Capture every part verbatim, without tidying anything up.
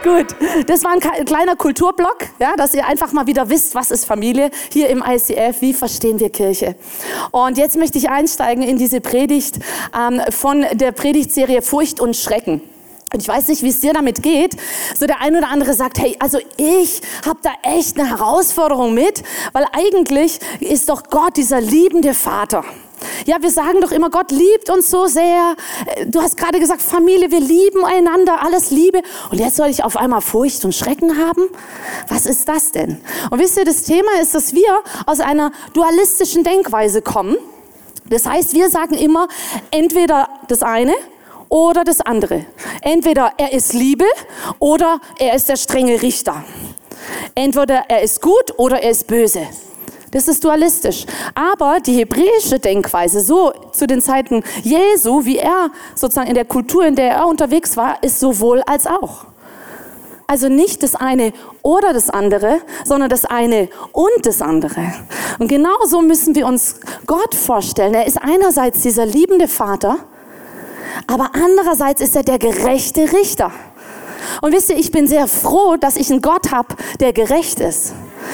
Gut, das war ein kleiner Kulturblock, ja, dass ihr einfach mal wieder wisst, was ist Familie hier im I C F, wie verstehen wir Kirche. Und jetzt möchte ich einsteigen in diese Predigt ähm, von der Predigtserie Furcht und Schrecken. Und ich weiß nicht, wie es dir damit geht. So der ein oder andere sagt, hey, also ich habe da echt eine Herausforderung mit, weil eigentlich ist doch Gott dieser liebende Vater. Ja, wir sagen doch immer, Gott liebt uns so sehr. Du hast gerade gesagt, Familie, wir lieben einander, alles Liebe. Und jetzt soll ich auf einmal Furcht und Schrecken haben? Was ist das denn? Und wisst ihr, das Thema ist, dass wir aus einer dualistischen Denkweise kommen. Das heißt, wir sagen immer, entweder das eine oder das andere. Entweder er ist Liebe oder er ist der strenge Richter. Entweder er ist gut oder er ist böse. Das ist dualistisch. Aber die hebräische Denkweise, so zu den Zeiten Jesu, wie er sozusagen in der Kultur, in der er unterwegs war, ist sowohl als auch. Also nicht das eine oder das andere, sondern das eine und das andere. Und genauso müssen wir uns Gott vorstellen. Er ist einerseits dieser liebende Vater, aber andererseits ist er der gerechte Richter. Und wisst ihr, ich bin sehr froh, dass ich einen Gott habe, der gerecht ist.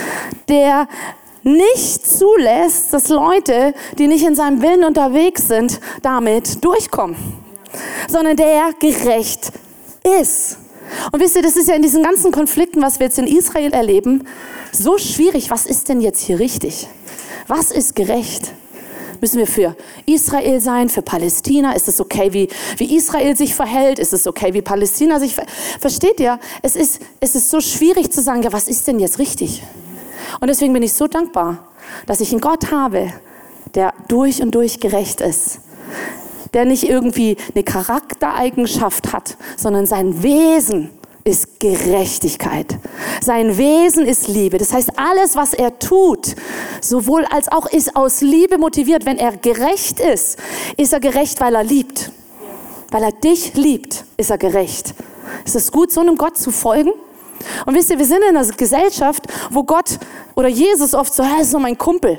Der nicht zulässt, dass Leute, die nicht in seinem Willen unterwegs sind, damit durchkommen. Sondern der gerecht ist. Und wisst ihr, das ist ja in diesen ganzen Konflikten, was wir jetzt in Israel erleben, so schwierig. Was ist denn jetzt hier richtig? Was ist gerecht? Müssen wir für Israel sein, für Palästina? Ist es okay, wie, wie Israel sich verhält? Ist es okay, wie Palästina sich verhält? Versteht ihr? Es ist, es ist so schwierig zu sagen, ja, was ist denn jetzt richtig? Und deswegen bin ich so dankbar, dass ich einen Gott habe, der durch und durch gerecht ist. Der nicht irgendwie eine Charaktereigenschaft hat, sondern sein Wesen ist Gerechtigkeit. Sein Wesen ist Liebe. Das heißt, alles, was er tut, sowohl als auch ist aus Liebe motiviert. Wenn er gerecht ist, ist er gerecht, weil er liebt. Weil er dich liebt, ist er gerecht. Ist es gut, so einem Gott zu folgen? Und wisst ihr, wir sind in einer Gesellschaft, wo Gott oder Jesus oft so, er ist so mein Kumpel.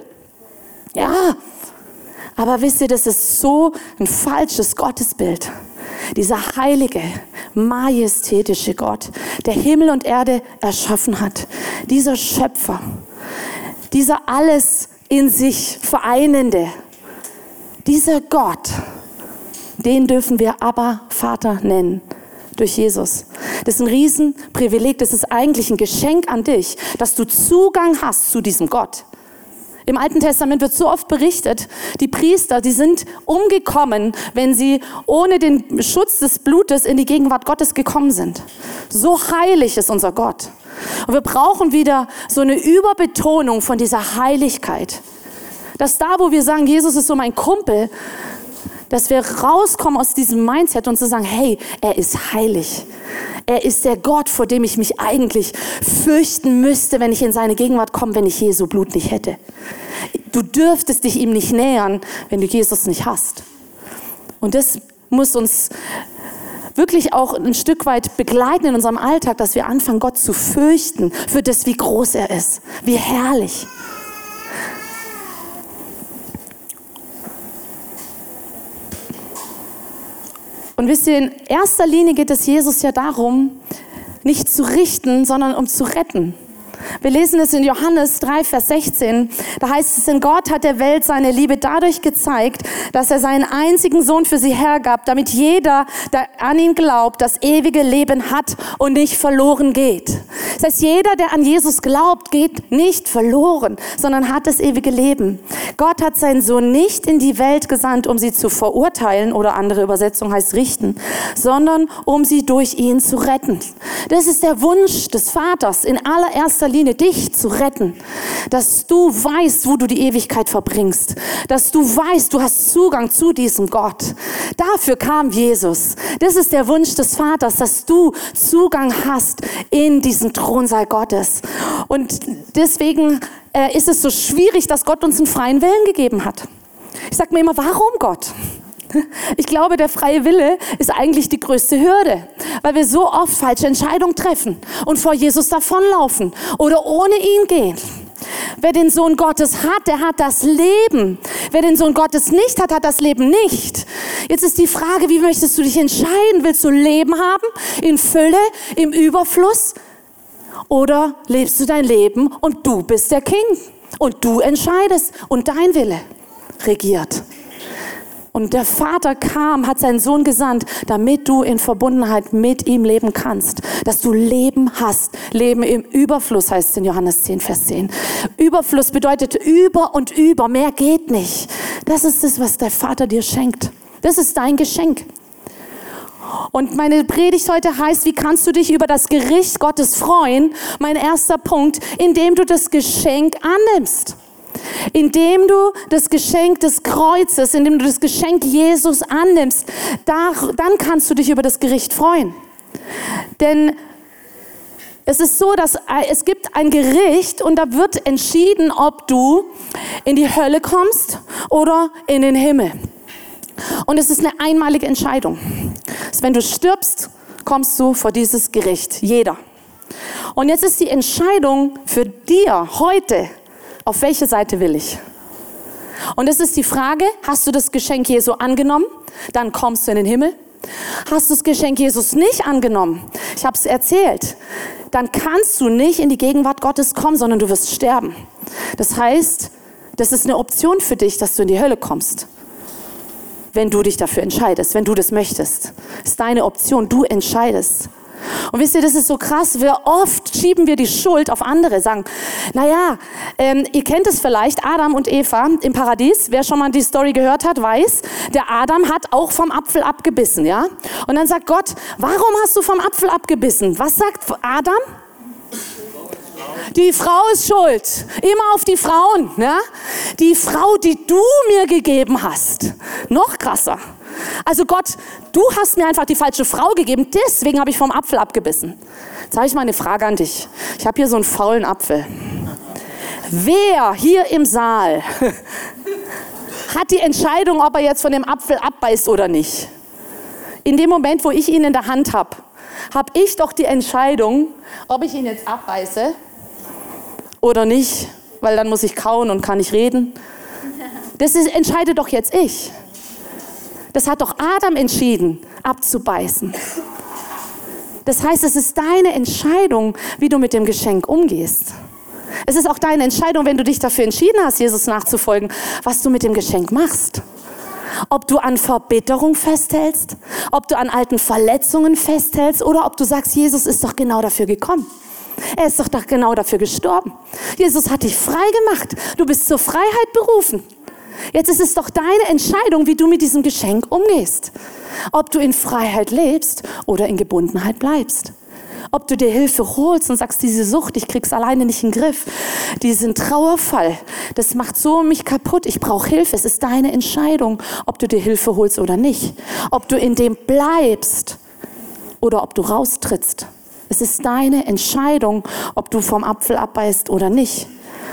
Ja, aber wisst ihr, das ist so ein falsches Gottesbild. Dieser heilige, majestätische Gott, der Himmel und Erde erschaffen hat. Dieser Schöpfer, dieser alles in sich vereinende, dieser Gott, den dürfen wir aber Vater nennen. Durch Jesus. Das ist ein Riesenprivileg, das ist eigentlich ein Geschenk an dich, dass du Zugang hast zu diesem Gott. Im Alten Testament wird so oft berichtet, die Priester, die sind umgekommen, wenn sie ohne den Schutz des Blutes in die Gegenwart Gottes gekommen sind. So heilig ist unser Gott. Und wir brauchen wieder so eine Überbetonung von dieser Heiligkeit. Dass da, wo wir sagen, Jesus ist so mein Kumpel, dass wir rauskommen aus diesem Mindset und zu sagen, hey, er ist heilig. Er ist der Gott, vor dem ich mich eigentlich fürchten müsste, wenn ich in seine Gegenwart komme, wenn ich Jesu Blut nicht hätte. Du dürftest dich ihm nicht nähern, wenn du Jesus nicht hast. Und das muss uns wirklich auch ein Stück weit begleiten in unserem Alltag, dass wir anfangen, Gott zu fürchten für das, wie groß er ist, wie herrlich. Und wisst ihr, in erster Linie geht es Jesus ja darum, nicht zu richten, sondern um zu retten. Wir lesen es in Johannes drei, Vers sechzehn. Da heißt es, denn Gott hat der Welt seine Liebe dadurch gezeigt, dass er seinen einzigen Sohn für sie hergab, damit jeder, der an ihn glaubt, das ewige Leben hat und nicht verloren geht. Das heißt, jeder, der an Jesus glaubt, geht nicht verloren, sondern hat das ewige Leben. Gott hat seinen Sohn nicht in die Welt gesandt, um sie zu verurteilen, oder andere Übersetzung heißt richten, sondern um sie durch ihn zu retten. Das ist der Wunsch des Vaters, in allererster Linie dich zu retten, dass du weißt, wo du die Ewigkeit verbringst, dass du weißt, du hast Zugang zu diesem Gott. Dafür kam Jesus. Das ist der Wunsch des Vaters, dass du Zugang hast in diesen Thronsaal Gottes. Und deswegen äh, ist es so schwierig, dass Gott uns einen freien Willen gegeben hat. Ich sage mir immer, warum Gott? Ich glaube, der freie Wille ist eigentlich die größte Hürde, weil wir so oft falsche Entscheidungen treffen und vor Jesus davonlaufen oder ohne ihn gehen. Wer den Sohn Gottes hat, der hat das Leben. Wer den Sohn Gottes nicht hat, hat das Leben nicht. Jetzt ist die Frage, wie möchtest du dich entscheiden? Willst du Leben haben, in Fülle, im Überfluss? Oder lebst du dein Leben und du bist der King und du entscheidest und dein Wille regiert? Und der Vater kam, hat seinen Sohn gesandt, damit du in Verbundenheit mit ihm leben kannst. Dass du Leben hast. Leben im Überfluss heißt es in Johannes zehn, Vers zehn. Überfluss bedeutet über und über. Mehr geht nicht. Das ist das, was der Vater dir schenkt. Das ist dein Geschenk. Und meine Predigt heute heißt, wie kannst du dich über das Gericht Gottes freuen? Mein erster Punkt, indem du das Geschenk annimmst. Indem du das Geschenk des Kreuzes, indem du das Geschenk Jesus annimmst, da, dann kannst du dich über das Gericht freuen. Denn es ist so, dass es gibt ein Gericht und da wird entschieden, ob du in die Hölle kommst oder in den Himmel. Und es ist eine einmalige Entscheidung. Also wenn du stirbst, kommst du vor dieses Gericht. Jeder. Und jetzt ist die Entscheidung für dir heute, auf welche Seite will ich? Und es ist die Frage, hast du das Geschenk Jesu angenommen? Dann kommst du in den Himmel. Hast du das Geschenk Jesus nicht angenommen? Ich habe es erzählt. Dann kannst du nicht in die Gegenwart Gottes kommen, sondern du wirst sterben. Das heißt, das ist eine Option für dich, dass du in die Hölle kommst. Wenn du dich dafür entscheidest, wenn du das möchtest. Das ist deine Option, du entscheidest. Und wisst ihr, das ist so krass, wir oft schieben wir die Schuld auf andere, sagen, naja, ähm, ihr kennt es vielleicht, Adam und Eva im Paradies, wer schon mal die Story gehört hat, weiß, der Adam hat auch vom Apfel abgebissen, ja? Und dann sagt Gott, warum hast du vom Apfel abgebissen? Was sagt Adam? Die Frau ist schuld. Immer auf die Frauen, ja? Die Frau, die du mir gegeben hast. Noch krasser. Also Gott, du hast mir einfach die falsche Frau gegeben, deswegen habe ich vom Apfel abgebissen. Jetzt habe ich mal eine Frage an dich. Ich habe hier so einen faulen Apfel. Wer hier im Saal hat die Entscheidung, ob er jetzt von dem Apfel abbeißt oder nicht? In dem Moment, wo ich ihn in der Hand habe, habe ich doch die Entscheidung, ob ich ihn jetzt abbeiße oder nicht, weil dann muss ich kauen und kann nicht reden. Das ist, entscheide doch jetzt ich. Das hat doch Adam entschieden, abzubeißen. Das heißt, es ist deine Entscheidung, wie du mit dem Geschenk umgehst. Es ist auch deine Entscheidung, wenn du dich dafür entschieden hast, Jesus nachzufolgen, was du mit dem Geschenk machst. Ob du an Verbitterung festhältst, ob du an alten Verletzungen festhältst oder ob du sagst, Jesus ist doch genau dafür gekommen. Er ist doch genau dafür gestorben. Jesus hat dich frei gemacht. Du bist zur Freiheit berufen. Jetzt ist es doch deine Entscheidung, wie du mit diesem Geschenk umgehst. Ob du in Freiheit lebst oder in Gebundenheit bleibst. Ob du dir Hilfe holst und sagst, diese Sucht, ich krieg's alleine nicht in den Griff. Diesen Trauerfall, das macht so mich kaputt. Ich brauche Hilfe. Es ist deine Entscheidung, ob du dir Hilfe holst oder nicht. Ob du in dem bleibst oder ob du raustrittst. Es ist deine Entscheidung, ob du vom Apfel abbeißt oder nicht.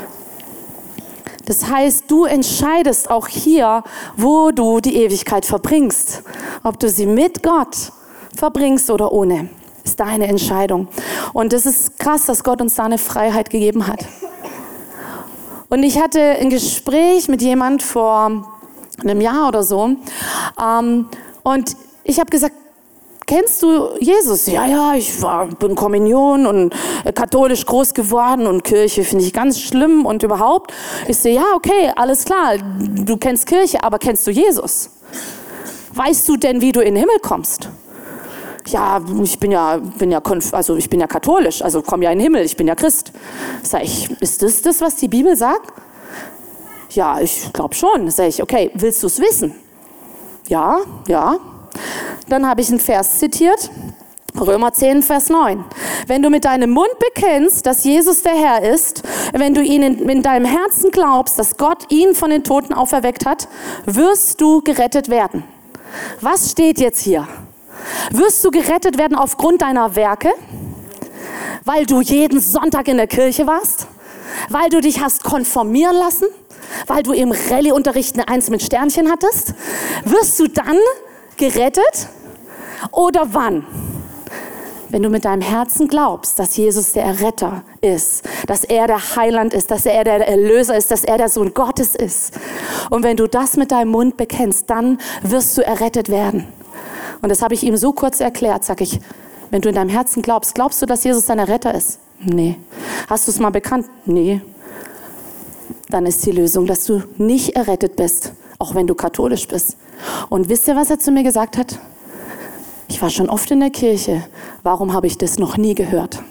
Das heißt, du entscheidest auch hier, wo du die Ewigkeit verbringst. Ob du sie mit Gott verbringst oder ohne. Ist deine Entscheidung. Und das ist krass, dass Gott uns da eine Freiheit gegeben hat. Und ich hatte ein Gespräch mit jemand vor einem Jahr oder so. Ähm, und ich habe gesagt, kennst du Jesus? Ja, ja, ich war, bin Kommunion und katholisch groß geworden und Kirche finde ich ganz schlimm und überhaupt. Ich so, ja, okay, alles klar, du kennst Kirche, aber kennst du Jesus? Weißt du denn, wie du in den Himmel kommst? Ja, ich bin ja, bin ja, also ich bin ja katholisch, also komm ja in den Himmel, ich bin ja Christ. Sag ich, ist das das, was die Bibel sagt? Ja, ich glaube schon. Sag ich, okay, willst du es wissen? Ja, ja. Dann habe ich einen Vers zitiert, Römer zehn, Vers neun. Wenn du mit deinem Mund bekennst, dass Jesus der Herr ist, wenn du ihn in, in deinem Herzen glaubst, dass Gott ihn von den Toten auferweckt hat, wirst du gerettet werden. Was steht jetzt hier? Wirst du gerettet werden aufgrund deiner Werke? Weil du jeden Sonntag in der Kirche warst? Weil du dich hast konformieren lassen? Weil du im Rallye-Unterricht eine Eins mit Sternchen hattest? Wirst du dann gerettet oder wann? wenn du mit deinem Herzen glaubst, dass Jesus der Erretter ist, dass er der Heiland ist, dass er der Erlöser ist, dass er der Sohn Gottes ist. Und wenn du das mit deinem Mund bekennst, dann wirst du errettet werden. Und das habe ich ihm so kurz erklärt, sag ich, wenn du in deinem Herzen glaubst, glaubst du, dass Jesus dein Erretter ist? Nee. Hast du es mal bekannt? Nee. Dann ist die Lösung, dass du nicht errettet bist, auch wenn du katholisch bist. Und wisst ihr, was er zu mir gesagt hat? Ich war schon oft in der Kirche. Warum habe ich das noch nie gehört?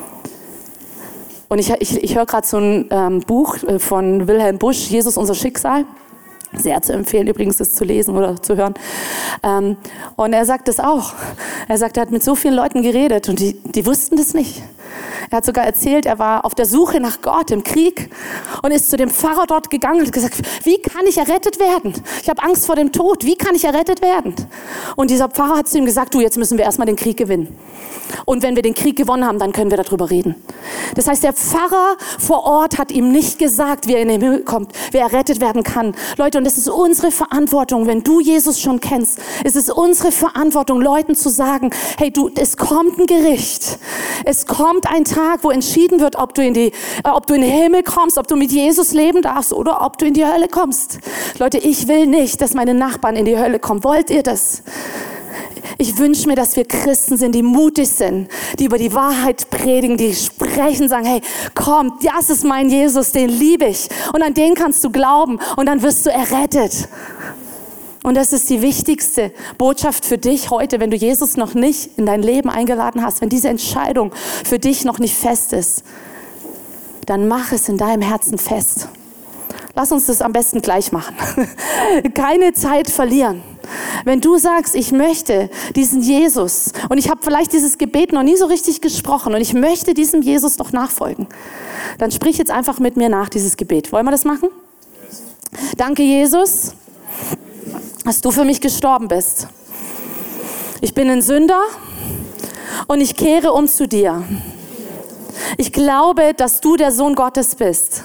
Und ich, ich, ich höre gerade so ein ähm, Buch von Wilhelm Busch, Jesus, unser Schicksal. Sehr zu empfehlen übrigens, das zu lesen oder zu hören. Ähm, und er sagt das auch. Er sagt, er hat mit so vielen Leuten geredet und die, die wussten das nicht. Er hat sogar erzählt, er war auf der Suche nach Gott im Krieg und ist zu dem Pfarrer dort gegangen und hat gesagt, wie kann ich errettet werden? Ich habe Angst vor dem Tod, wie kann ich errettet werden? Und dieser Pfarrer hat zu ihm gesagt, du, jetzt müssen wir erstmal den Krieg gewinnen. Und wenn wir den Krieg gewonnen haben, dann können wir darüber reden. Das heißt, der Pfarrer vor Ort hat ihm nicht gesagt, wie er in den Himmel kommt, wie er errettet werden kann. Leute, und das ist unsere Verantwortung, wenn du Jesus schon kennst, ist es unsere Verantwortung, Leuten zu sagen, hey du, es kommt ein Gericht. Es kommt ein Tag, wo entschieden wird, ob du in die, äh, ob du in den Himmel kommst, ob du mit Jesus leben darfst oder ob du in die Hölle kommst. Leute, ich will nicht, dass meine Nachbarn in die Hölle kommen. Wollt ihr das? Ich wünsche mir, dass wir Christen sind, die mutig sind, die über die Wahrheit predigen, die sprechen, sagen, hey, komm, das ist mein Jesus, den liebe ich. Und an den kannst du glauben und dann wirst du errettet. Und das ist die wichtigste Botschaft für dich heute, wenn du Jesus noch nicht in dein Leben eingeladen hast, wenn diese Entscheidung für dich noch nicht fest ist, dann mach es in deinem Herzen fest. Lass uns das am besten gleich machen. Keine Zeit verlieren. Wenn du sagst, ich möchte diesen Jesus und ich habe vielleicht dieses Gebet noch nie so richtig gesprochen und ich möchte diesem Jesus noch nachfolgen, dann sprich jetzt einfach mit mir nach dieses Gebet. Wollen wir das machen? Danke, Jesus, dass du für mich gestorben bist. Ich bin ein Sünder und ich kehre um zu dir. Ich glaube, dass du der Sohn Gottes bist.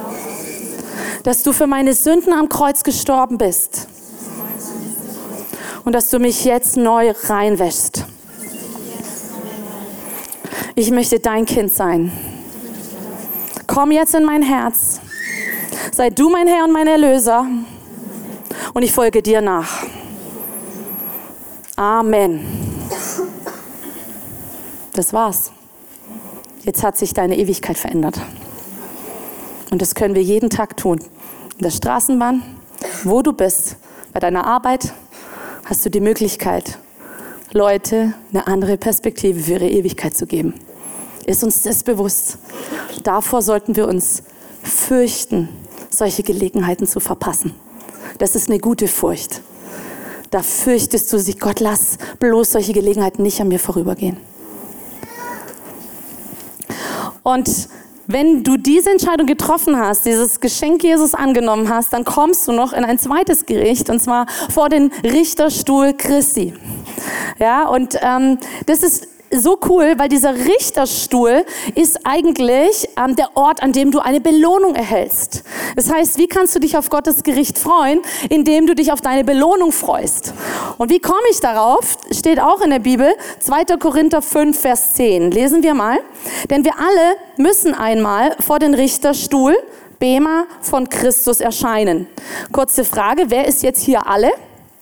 Dass du für meine Sünden am Kreuz gestorben bist. Und dass du mich jetzt neu reinwäschst. Ich möchte dein Kind sein. Komm jetzt in mein Herz. Sei du mein Herr und mein Erlöser. Und ich folge dir nach. Amen. Das war's. Jetzt hat sich deine Ewigkeit verändert. Und das können wir jeden Tag tun. In der Straßenbahn, wo du bist, bei deiner Arbeit, hast du die Möglichkeit, Leute eine andere Perspektive für ihre Ewigkeit zu geben. Ist uns das bewusst? Davor sollten wir uns fürchten, solche Gelegenheiten zu verpassen. Das ist eine gute Furcht. Da fürchtest du sich, Gott, lass bloß solche Gelegenheiten nicht an mir vorübergehen. Und wenn du diese Entscheidung getroffen hast, dieses Geschenk Jesus angenommen hast, dann kommst du noch in ein zweites Gericht, und zwar vor den Richterstuhl Christi. Ja, und ähm, das ist so cool, weil dieser Richterstuhl ist eigentlich ähm, der Ort, an dem du eine Belohnung erhältst. Das heißt, wie kannst du dich auf Gottes Gericht freuen? Indem du dich auf deine Belohnung freust. Und wie komme ich darauf? Steht auch in der Bibel, zweiter Korinther fünf, Vers zehn. Lesen wir mal. Denn wir alle müssen einmal vor den Richterstuhl, Bema, von Christus erscheinen. Kurze Frage, wer ist jetzt hier alle?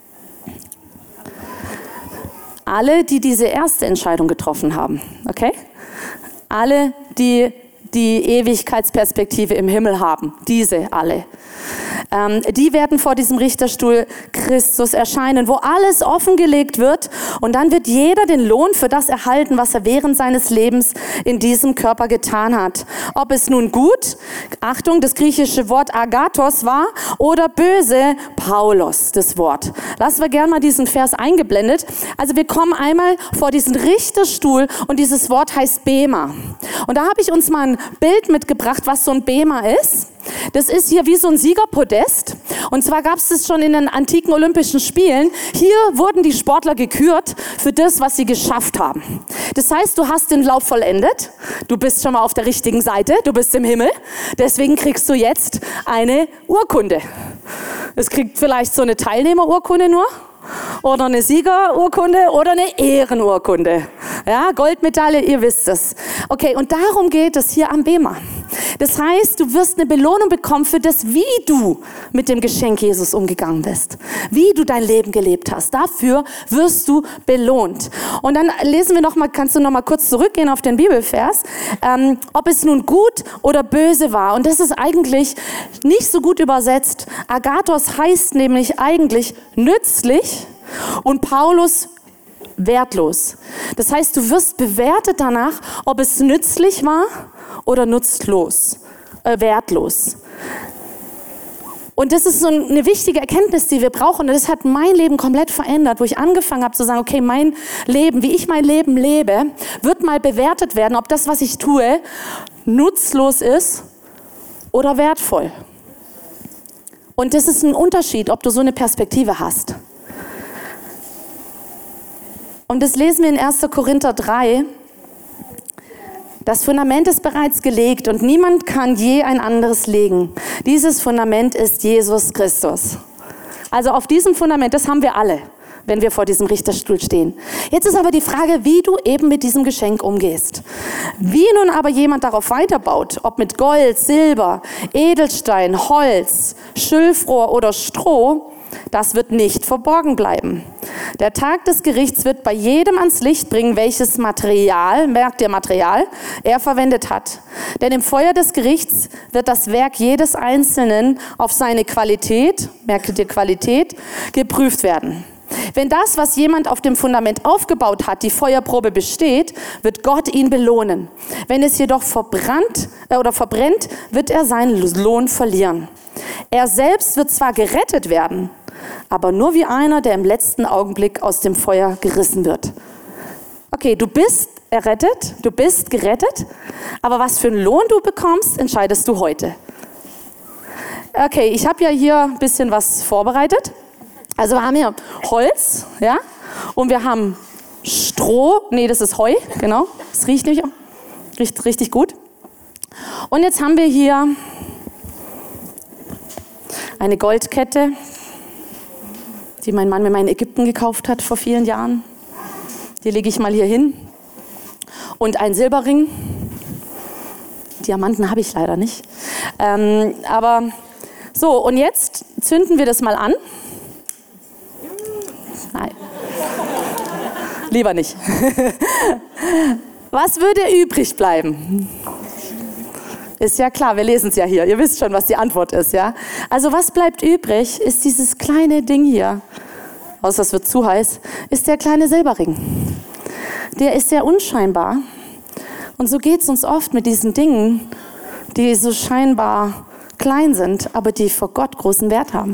Alle, die diese erste Entscheidung getroffen haben, okay? Alle, die die Ewigkeitsperspektive im Himmel haben, diese alle. Ähm, die werden vor diesem Richterstuhl Christus erscheinen, wo alles offengelegt wird und dann wird jeder den Lohn für das erhalten, was er während seines Lebens in diesem Körper getan hat. Ob es nun gut, Achtung, das griechische Wort agathos war oder böse, Paulos, das Wort. Lassen wir gerne mal diesen Vers eingeblendet. Also wir kommen einmal vor diesen Richterstuhl und dieses Wort heißt Bema. Und da habe ich uns mal ein Bild mitgebracht, was so ein Bema ist. Das ist hier wie so ein Siegerpodest. Und zwar gab es das schon in den antiken Olympischen Spielen. Hier wurden die Sportler gekürt für das, was sie geschafft haben. Das heißt, du hast den Lauf vollendet. Du bist schon mal auf der richtigen Seite. Du bist im Himmel. Deswegen kriegst du jetzt eine Urkunde. Es kriegt vielleicht so eine Teilnehmerurkunde nur. Oder eine Siegerurkunde oder eine Ehrenurkunde. Ja, Goldmedaille, ihr wisst es. Okay, und darum geht es hier am Bema. Das heißt, du wirst eine Belohnung bekommen für das, wie du mit dem Geschenk Jesus umgegangen bist. Wie du dein Leben gelebt hast. Dafür wirst du belohnt. Und dann lesen wir noch mal, kannst du noch mal kurz zurückgehen auf den Bibelvers, ähm, ob es nun gut oder böse war. Und das ist eigentlich nicht so gut übersetzt. Agathos heißt nämlich eigentlich nützlich und Paulus wertlos. Das heißt, du wirst bewertet danach, ob es nützlich war oder nutzlos, äh, wertlos. Und das ist so eine wichtige Erkenntnis, die wir brauchen. Und das hat mein Leben komplett verändert, wo ich angefangen habe zu sagen, okay, mein Leben, wie ich mein Leben lebe, wird mal bewertet werden, ob das, was ich tue, nutzlos ist oder wertvoll. Und das ist ein Unterschied, ob du so eine Perspektive hast. Und das lesen wir in erster Korinther drei. Das Fundament ist bereits gelegt und niemand kann je ein anderes legen. Dieses Fundament ist Jesus Christus. Also auf diesem Fundament, das haben wir alle, wenn wir vor diesem Richterstuhl stehen. Jetzt ist aber die Frage, wie du eben mit diesem Geschenk umgehst. Wie nun aber jemand darauf weiterbaut, ob mit Gold, Silber, Edelstein, Holz, Schilfrohr oder Stroh, das wird nicht verborgen bleiben. Der Tag des Gerichts wird bei jedem ans Licht bringen, welches Material, merkt ihr Material, er verwendet hat. Denn im Feuer des Gerichts wird das Werk jedes Einzelnen auf seine Qualität, merkt ihr Qualität, geprüft werden. Wenn das, was jemand auf dem Fundament aufgebaut hat, die Feuerprobe besteht, wird Gott ihn belohnen. Wenn es jedoch verbrannt äh, oder verbrennt, wird er seinen Lohn verlieren. Er selbst wird zwar gerettet werden, aber nur wie einer, der im letzten Augenblick aus dem Feuer gerissen wird. Okay, du bist errettet, du bist gerettet, aber was für einen Lohn du bekommst, entscheidest du heute. Okay, ich habe ja hier ein bisschen was vorbereitet. Also wir haben hier Holz, ja, und wir haben Stroh, nee, das ist Heu, genau, das riecht nämlich auch, riecht richtig gut. Und jetzt haben wir hier eine Goldkette, die mein Mann mir mal in Ägypten gekauft hat vor vielen Jahren. Die lege ich mal hier hin. Und ein Silberring. Diamanten habe ich leider nicht. Ähm, aber so, und jetzt zünden wir das mal an. Nein. Lieber nicht. Was würde übrig bleiben? Ist ja klar, wir lesen es ja hier. Ihr wisst schon, was die Antwort ist, ja? Also was bleibt übrig, ist dieses kleine Ding hier. Außer es wird zu heiß. Ist der kleine Silberring. Der ist sehr unscheinbar. Und so geht es uns oft mit diesen Dingen, die so scheinbar klein sind, aber die vor Gott großen Wert haben.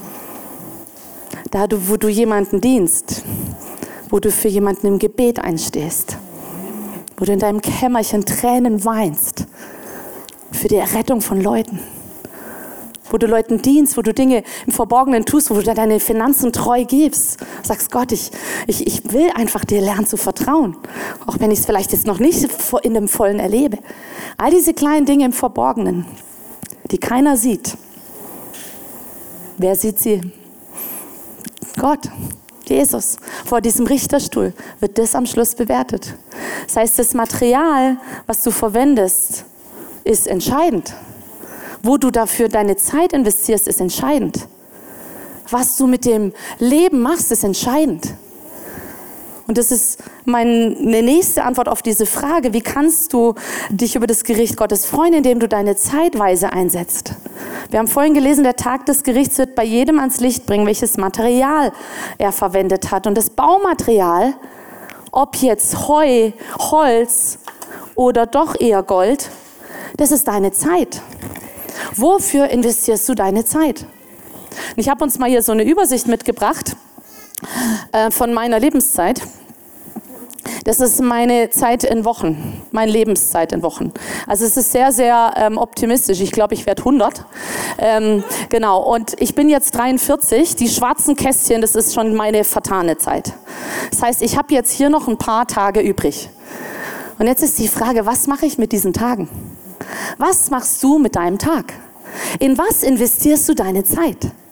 Da, du, wo du jemanden dienst, wo du für jemanden im Gebet einstehst, wo du in deinem Kämmerchen Tränen weinst, für die Errettung von Leuten, wo du Leuten dienst, wo du Dinge im Verborgenen tust, wo du deine Finanzen treu gibst. Sagst, Gott, ich, ich, ich will einfach dir lernen zu vertrauen, auch wenn ich es vielleicht jetzt noch nicht in dem Vollen erlebe. All diese kleinen Dinge im Verborgenen, die keiner sieht. Wer sieht sie? Gott, Jesus. Vor diesem Richterstuhl wird das am Schluss bewertet. Das heißt, das Material, was du verwendest, ist entscheidend. Wo du dafür deine Zeit investierst, ist entscheidend. Was du mit dem Leben machst, ist entscheidend. Und das ist meine nächste Antwort auf diese Frage. Wie kannst du dich über das Gericht Gottes freuen, indem du deine Zeit weise einsetzt? Wir haben vorhin gelesen, der Tag des Gerichts wird bei jedem ans Licht bringen, welches Material er verwendet hat. Und das Baumaterial, ob jetzt Heu, Holz oder doch eher Gold, das ist deine Zeit. Wofür investierst du deine Zeit? Und ich habe uns mal hier so eine Übersicht mitgebracht äh, von meiner Lebenszeit. Das ist meine Zeit in Wochen, meine Lebenszeit in Wochen. Also es ist sehr, sehr ähm, optimistisch. Ich glaube, ich werde hundert. Ähm, genau, und ich bin jetzt dreiundvierzig. Die schwarzen Kästchen, das ist schon meine vertane Zeit. Das heißt, ich habe jetzt hier noch ein paar Tage übrig. Und jetzt ist die Frage, was mache ich mit diesen Tagen? Was machst du mit deinem Tag? In was investierst du deine Zeit?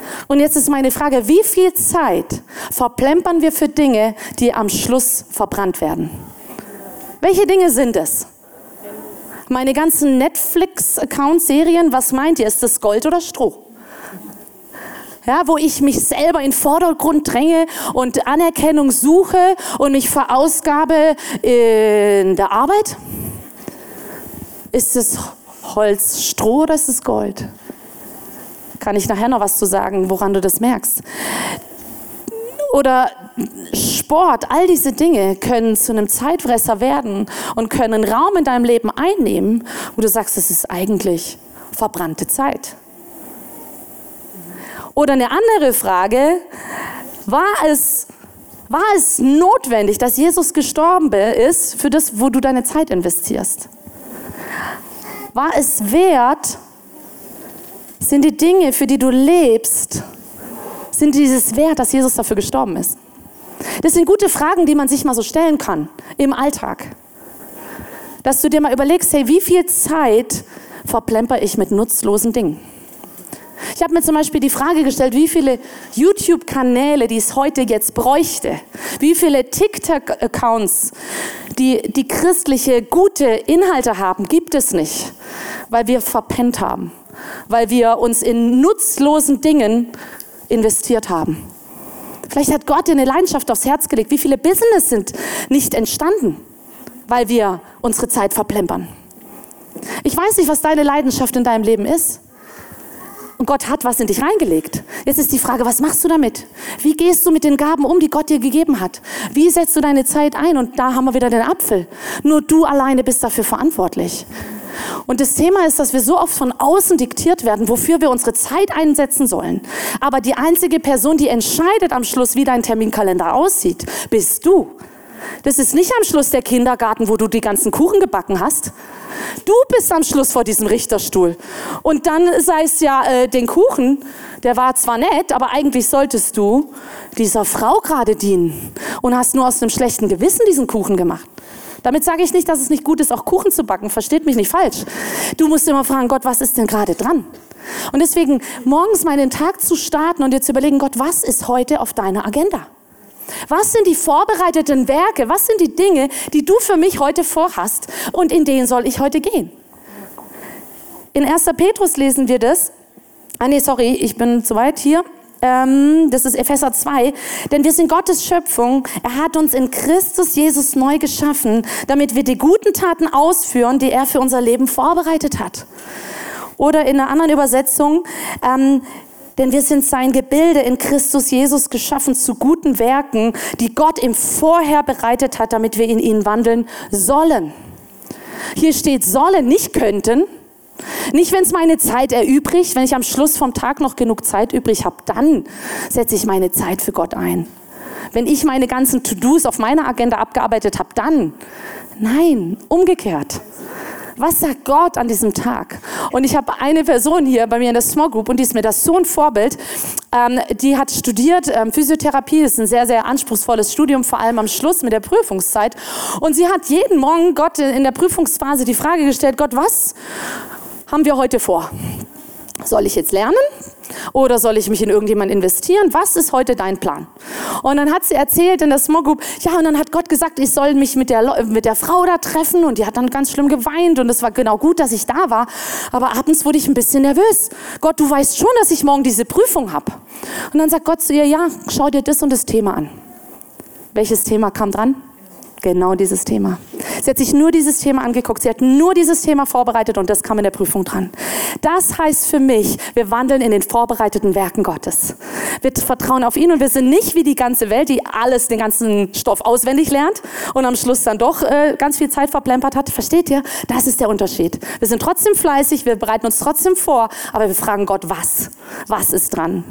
Und jetzt ist meine Frage, wie viel Zeit verplempern wir für Dinge, die am Schluss verbrannt werden? Welche Dinge sind es? Meine ganzen Netflix-Account-Serien, was meint ihr? Ist das Gold oder Stroh? Ja, wo ich mich selber in den Vordergrund dränge und Anerkennung suche und mich verausgabe in der Arbeit? Ist es Holz, Stroh oder ist es Gold? Kann ich nachher noch was zu sagen, woran du das merkst. Oder Sport, all diese Dinge können zu einem Zeitfresser werden und können Raum in deinem Leben einnehmen, wo du sagst, das ist eigentlich verbrannte Zeit. Oder eine andere Frage, war es, war es notwendig, dass Jesus gestorben ist für das, wo du deine Zeit investierst? War es wert, sind die Dinge, für die du lebst, sind dieses wert, dass Jesus dafür gestorben ist? Das sind gute Fragen, die man sich mal so stellen kann im Alltag. Dass du dir mal überlegst, hey, wie viel Zeit verplemper ich mit nutzlosen Dingen? Ich habe mir zum Beispiel die Frage gestellt, wie viele YouTube-Kanäle, die es heute jetzt bräuchte, wie viele TikTok-Accounts, die, die christliche, gute Inhalte haben, gibt es nicht, weil wir verpennt haben, weil wir uns in nutzlosen Dingen investiert haben. Vielleicht hat Gott dir eine Leidenschaft aufs Herz gelegt. Wie viele Business sind nicht entstanden, weil wir unsere Zeit verplempern? Ich weiß nicht, was deine Leidenschaft in deinem Leben ist. Und Gott hat was in dich reingelegt. Jetzt ist die Frage, was machst du damit? Wie gehst du mit den Gaben um, die Gott dir gegeben hat? Wie setzt du deine Zeit ein? Und da haben wir wieder den Apfel. Nur du alleine bist dafür verantwortlich. Und das Thema ist, dass wir so oft von außen diktiert werden, wofür wir unsere Zeit einsetzen sollen. Aber die einzige Person, die entscheidet am Schluss, wie dein Terminkalender aussieht, bist du. Das ist nicht am Schluss der Kindergarten, wo du die ganzen Kuchen gebacken hast. Du bist am Schluss vor diesem Richterstuhl. Und dann sei es ja äh, den Kuchen, der war zwar nett, aber eigentlich solltest du dieser Frau gerade dienen und hast nur aus einem schlechten Gewissen diesen Kuchen gemacht. Damit sage ich nicht, dass es nicht gut ist, auch Kuchen zu backen. Versteht mich nicht falsch. Du musst immer fragen, Gott, was ist denn gerade dran? Und deswegen morgens mal den Tag zu starten und dir zu überlegen, Gott, was ist heute auf deiner Agenda? Was sind die vorbereiteten Werke? Was sind die Dinge, die du für mich heute vorhast? Und in denen soll ich heute gehen? In erster Petrus lesen wir das. Ah nee, sorry, ich bin zu weit hier. Ähm, das ist Epheser zwei. Denn wir sind Gottes Schöpfung. Er hat uns in Christus Jesus neu geschaffen, damit wir die guten Taten ausführen, die er für unser Leben vorbereitet hat. Oder in einer anderen Übersetzung, ähm, denn wir sind sein Gebilde in Christus Jesus geschaffen zu guten Werken, die Gott ihm vorher bereitet hat, damit wir in ihnen wandeln sollen. Hier steht sollen, nicht könnten. Nicht, wenn es meine Zeit erübrigt, wenn ich am Schluss vom Tag noch genug Zeit übrig habe, dann setze ich meine Zeit für Gott ein. Wenn ich meine ganzen To-Dos auf meiner Agenda abgearbeitet habe, dann. Nein, umgekehrt. Was sagt Gott an diesem Tag? Und ich habe eine Person hier bei mir in der Small Group und die ist mir das so ein Vorbild. Ähm, die hat studiert ähm, Physiotherapie, das ist ein sehr, sehr anspruchsvolles Studium, vor allem am Schluss mit der Prüfungszeit. Und sie hat jeden Morgen Gott in der Prüfungsphase die Frage gestellt, Gott, was haben wir heute vor? Soll ich jetzt lernen oder soll ich mich in irgendjemanden investieren? Was ist heute dein Plan? Und dann hat sie erzählt in der Small Group, ja, und dann hat Gott gesagt, ich soll mich mit der, mit der Frau da treffen und die hat dann ganz schlimm geweint und es war genau gut, dass ich da war, aber abends wurde ich ein bisschen nervös. Gott, du weißt schon, dass ich morgen diese Prüfung habe. Und dann sagt Gott zu ihr, ja, schau dir das und das Thema an. Welches Thema kam dran? Genau dieses Thema. Sie hat sich nur dieses Thema angeguckt, sie hat nur dieses Thema vorbereitet und das kam in der Prüfung dran. Das heißt für mich, wir wandeln in den vorbereiteten Werken Gottes. Wir vertrauen auf ihn und wir sind nicht wie die ganze Welt, die alles, den ganzen Stoff auswendig lernt und am Schluss dann doch äh, ganz viel Zeit verplempert hat. Versteht ihr? Das ist der Unterschied. Wir sind trotzdem fleißig, wir bereiten uns trotzdem vor, aber wir fragen Gott, was? Was ist dran?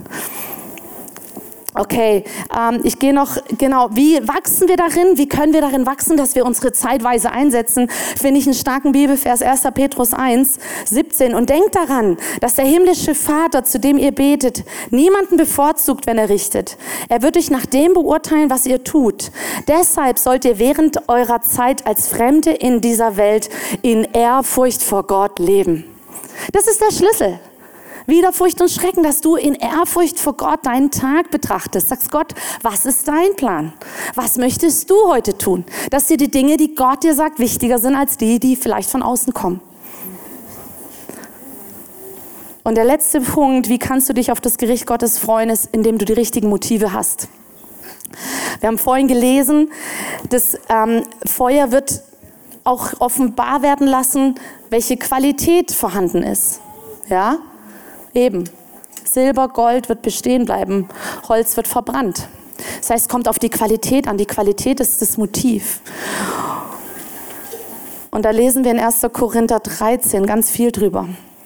Okay, ähm, ich gehe noch, genau, wie wachsen wir darin? Wie können wir darin wachsen, dass wir unsere Zeitweise einsetzen? Finde ich einen starken Bibelvers, erster Petrus eins, siebzehn. Und denkt daran, dass der himmlische Vater, zu dem ihr betet, niemanden bevorzugt, wenn er richtet. Er wird euch nach dem beurteilen, was ihr tut. Deshalb sollt ihr während eurer Zeit als Fremde in dieser Welt in Ehrfurcht vor Gott leben. Das ist der Schlüssel. Wieder Furcht und Schrecken, dass du in Ehrfurcht vor Gott deinen Tag betrachtest. Sagst Gott, was ist dein Plan? Was möchtest du heute tun? Dass dir die Dinge, die Gott dir sagt, wichtiger sind als die, die vielleicht von außen kommen. Und der letzte Punkt, wie kannst du dich auf das Gericht Gottes freuen, ist, indem du die richtigen Motive hast. Wir haben vorhin gelesen, das ähm, Feuer wird auch offenbar werden lassen, welche Qualität vorhanden ist. Ja? Eben, Silber, Gold wird bestehen bleiben, Holz wird verbrannt. Das heißt, es kommt auf die Qualität an. Die Qualität ist das Motiv. Und da lesen wir in erster Korinther dreizehn ganz viel drüber.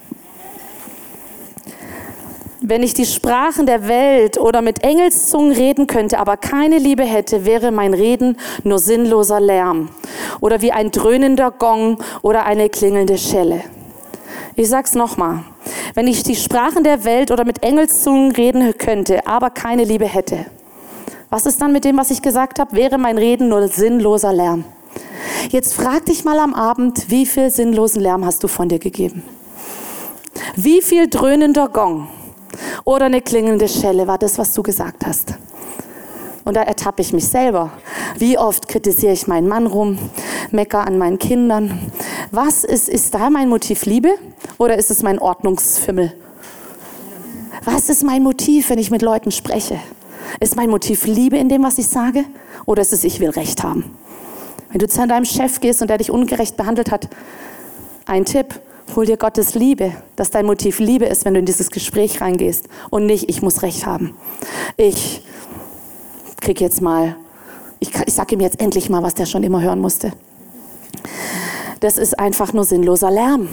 Wenn ich die Sprachen der Welt oder mit Engelszungen reden könnte, aber keine Liebe hätte, wäre mein Reden nur sinnloser Lärm oder wie ein dröhnender Gong oder eine klingelnde Schelle. Ich sag's nochmal. Wenn ich die Sprachen der Welt oder mit Engelszungen reden könnte, aber keine Liebe hätte. Was ist dann mit dem, was ich gesagt habe? Wäre mein Reden nur sinnloser Lärm. Jetzt frag dich mal am Abend, wie viel sinnlosen Lärm hast du von dir gegeben? Wie viel dröhnender Gong oder eine klingende Schelle war das, was du gesagt hast? Und da ertappe ich mich selber. Wie oft kritisiere ich meinen Mann rum, meckere an meinen Kindern. Was ist, ist da mein Motiv Liebe oder ist es mein Ordnungsfimmel? Was ist mein Motiv, wenn ich mit Leuten spreche? Ist mein Motiv Liebe in dem, was ich sage? Oder ist es, ich will Recht haben? Wenn du zu deinem Chef gehst und der dich ungerecht behandelt hat, ein Tipp, hol dir Gottes Liebe, dass dein Motiv Liebe ist, wenn du in dieses Gespräch reingehst und nicht, ich muss Recht haben. Ich krieg jetzt mal, ich, ich sage ihm jetzt endlich mal, was der schon immer hören musste. Das ist einfach nur sinnloser Lärm.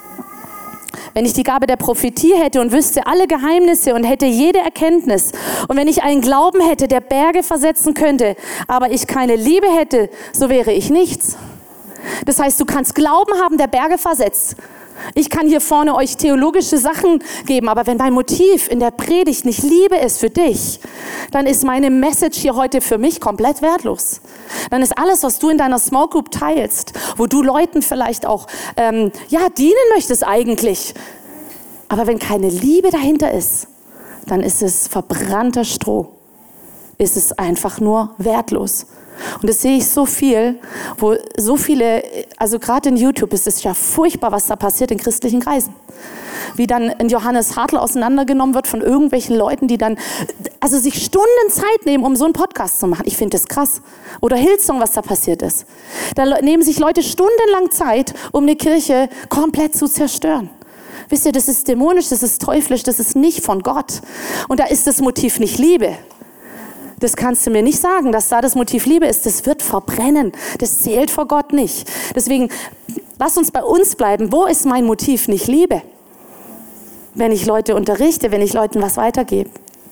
Wenn ich die Gabe der Prophetie hätte und wüsste alle Geheimnisse und hätte jede Erkenntnis und wenn ich einen Glauben hätte, der Berge versetzen könnte, aber ich keine Liebe hätte, so wäre ich nichts. Das heißt, du kannst Glauben haben, der Berge versetzt. Ich kann hier vorne euch theologische Sachen geben, aber wenn mein Motiv in der Predigt nicht Liebe ist für dich, dann ist meine Message hier heute für mich komplett wertlos. Dann ist alles, was du in deiner Small Group teilst, wo du Leuten vielleicht auch ähm, ja, dienen möchtest eigentlich, aber wenn keine Liebe dahinter ist, dann ist es verbrannter Stroh. Ist es einfach nur wertlos. Und das sehe ich so viel, wo so viele, also gerade in YouTube ist es ja furchtbar, was da passiert in christlichen Kreisen. Wie dann ein Johannes Hartl auseinandergenommen wird von irgendwelchen Leuten, die dann also sich Stunden Zeit nehmen, um so einen Podcast zu machen. Ich finde das krass. Oder Hillsong, was da passiert ist. Da nehmen sich Leute stundenlang Zeit, um eine Kirche komplett zu zerstören. Wisst ihr, das ist dämonisch, das ist teuflisch, das ist nicht von Gott. Und da ist das Motiv nicht Liebe. Das kannst du mir nicht sagen, dass da das Motiv Liebe ist. Das wird verbrennen. Das zählt vor Gott nicht. Deswegen, lass uns bei uns bleiben. Wo ist mein Motiv nicht Liebe? Wenn ich Leute unterrichte, wenn ich Leuten was weitergebe.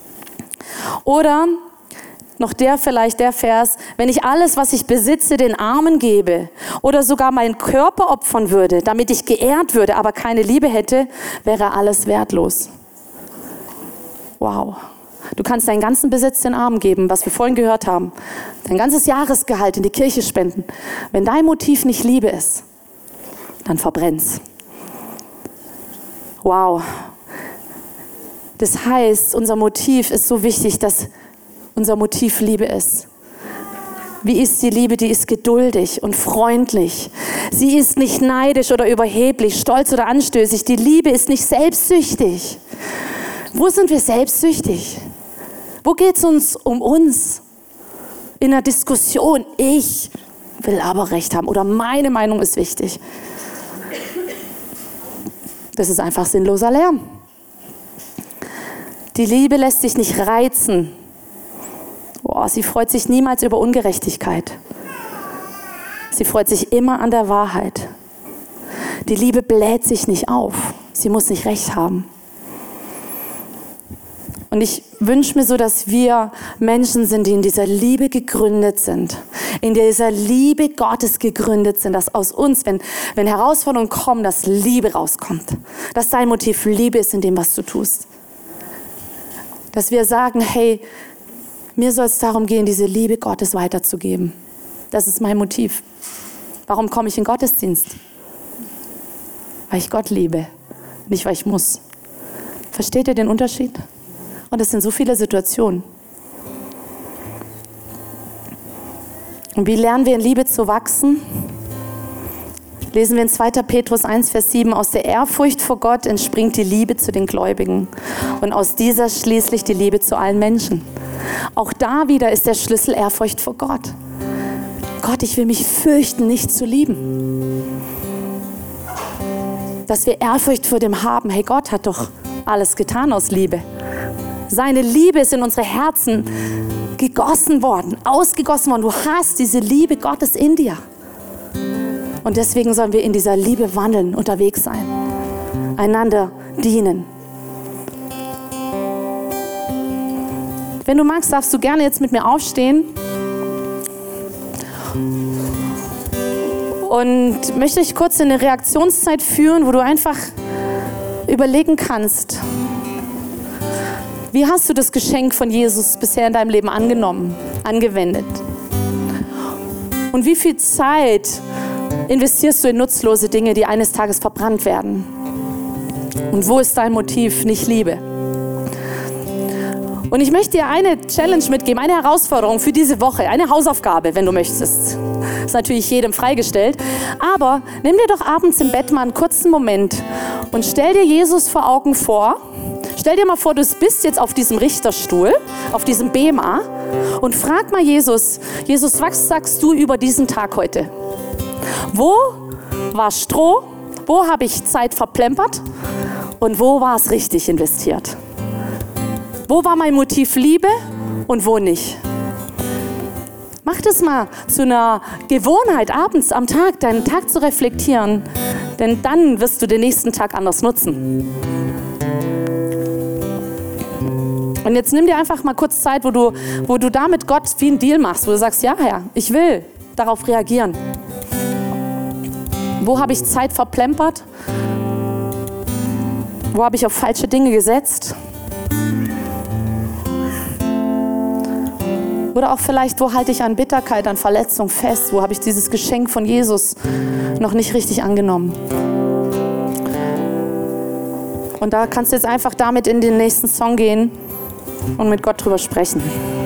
Oder noch der vielleicht der Vers, wenn ich alles, was ich besitze, den Armen gebe oder sogar meinen Körper opfern würde, damit ich geehrt würde, aber keine Liebe hätte, wäre alles wertlos. Wow. Du kannst deinen ganzen Besitz den Armen geben, was wir vorhin gehört haben. Dein ganzes Jahresgehalt in die Kirche spenden. Wenn dein Motiv nicht Liebe ist, dann verbrenn's. Wow. Das heißt, unser Motiv ist so wichtig, dass unser Motiv Liebe ist. Wie ist die Liebe? Die ist geduldig und freundlich. Sie ist nicht neidisch oder überheblich, stolz oder anstößig. Die Liebe ist nicht selbstsüchtig. Wo sind wir selbstsüchtig? Wo geht es uns um uns? In einer Diskussion, ich will aber Recht haben oder meine Meinung ist wichtig. Das ist einfach sinnloser Lärm. Die Liebe lässt sich nicht reizen. Boah, sie freut sich niemals über Ungerechtigkeit. Sie freut sich immer an der Wahrheit. Die Liebe bläht sich nicht auf. Sie muss nicht Recht haben. Und ich wünsche mir so, dass wir Menschen sind, die in dieser Liebe gegründet sind. In dieser Liebe Gottes gegründet sind. Dass aus uns, wenn, wenn Herausforderungen kommen, dass Liebe rauskommt. Dass dein Motiv Liebe ist in dem, was du tust. Dass wir sagen, hey, mir soll es darum gehen, diese Liebe Gottes weiterzugeben. Das ist mein Motiv. Warum komme ich in den Gottesdienst? Weil ich Gott liebe, nicht weil ich muss. Versteht ihr den Unterschied? Und es sind so viele Situationen. Und wie lernen wir in Liebe zu wachsen? Lesen wir in zweiter Petrus eins, Vers sieben, aus der Ehrfurcht vor Gott entspringt die Liebe zu den Gläubigen und aus dieser schließlich die Liebe zu allen Menschen. Auch da wieder ist der Schlüssel Ehrfurcht vor Gott. Gott, ich will mich fürchten, nicht zu lieben. Dass wir Ehrfurcht vor dem haben. Hey, Gott hat doch alles getan aus Liebe. Seine Liebe ist in unsere Herzen gegossen worden, ausgegossen worden. Du hast diese Liebe Gottes in dir. Und deswegen sollen wir in dieser Liebe wandeln, unterwegs sein, einander dienen. Wenn du magst, darfst du gerne jetzt mit mir aufstehen. Und möchte ich kurz in eine Reaktionszeit führen, wo du einfach überlegen kannst, wie hast du das Geschenk von Jesus bisher in deinem Leben angenommen, angewendet? Und wie viel Zeit investierst du in nutzlose Dinge, die eines Tages verbrannt werden? Und wo ist dein Motiv? Nicht Liebe. Und ich möchte dir eine Challenge mitgeben, eine Herausforderung für diese Woche, eine Hausaufgabe, wenn du möchtest. Ist natürlich jedem freigestellt. Aber nimm dir doch abends im Bett mal einen kurzen Moment und stell dir Jesus vor Augen vor. Stell dir mal vor, du bist jetzt auf diesem Richterstuhl, auf diesem Bema und frag mal Jesus, Jesus, was sagst du über diesen Tag heute? Wo war Stroh? Wo habe ich Zeit verplempert? Und wo war es richtig investiert? Wo war mein Motiv Liebe und wo nicht? Mach das mal zu einer Gewohnheit, abends am Tag, deinen Tag zu reflektieren. Denn dann wirst du den nächsten Tag anders nutzen. Und jetzt nimm dir einfach mal kurz Zeit, wo du, wo du da mit Gott wie einen Deal machst, wo du sagst, ja Herr, ich will darauf reagieren. Wo habe ich Zeit verplempert? Wo habe ich auf falsche Dinge gesetzt? Oder auch vielleicht, wo halte ich an Bitterkeit, an Verletzung fest? Wo habe ich dieses Geschenk von Jesus noch nicht richtig angenommen? Und da kannst du jetzt einfach damit in den nächsten Song gehen und mit Gott drüber sprechen.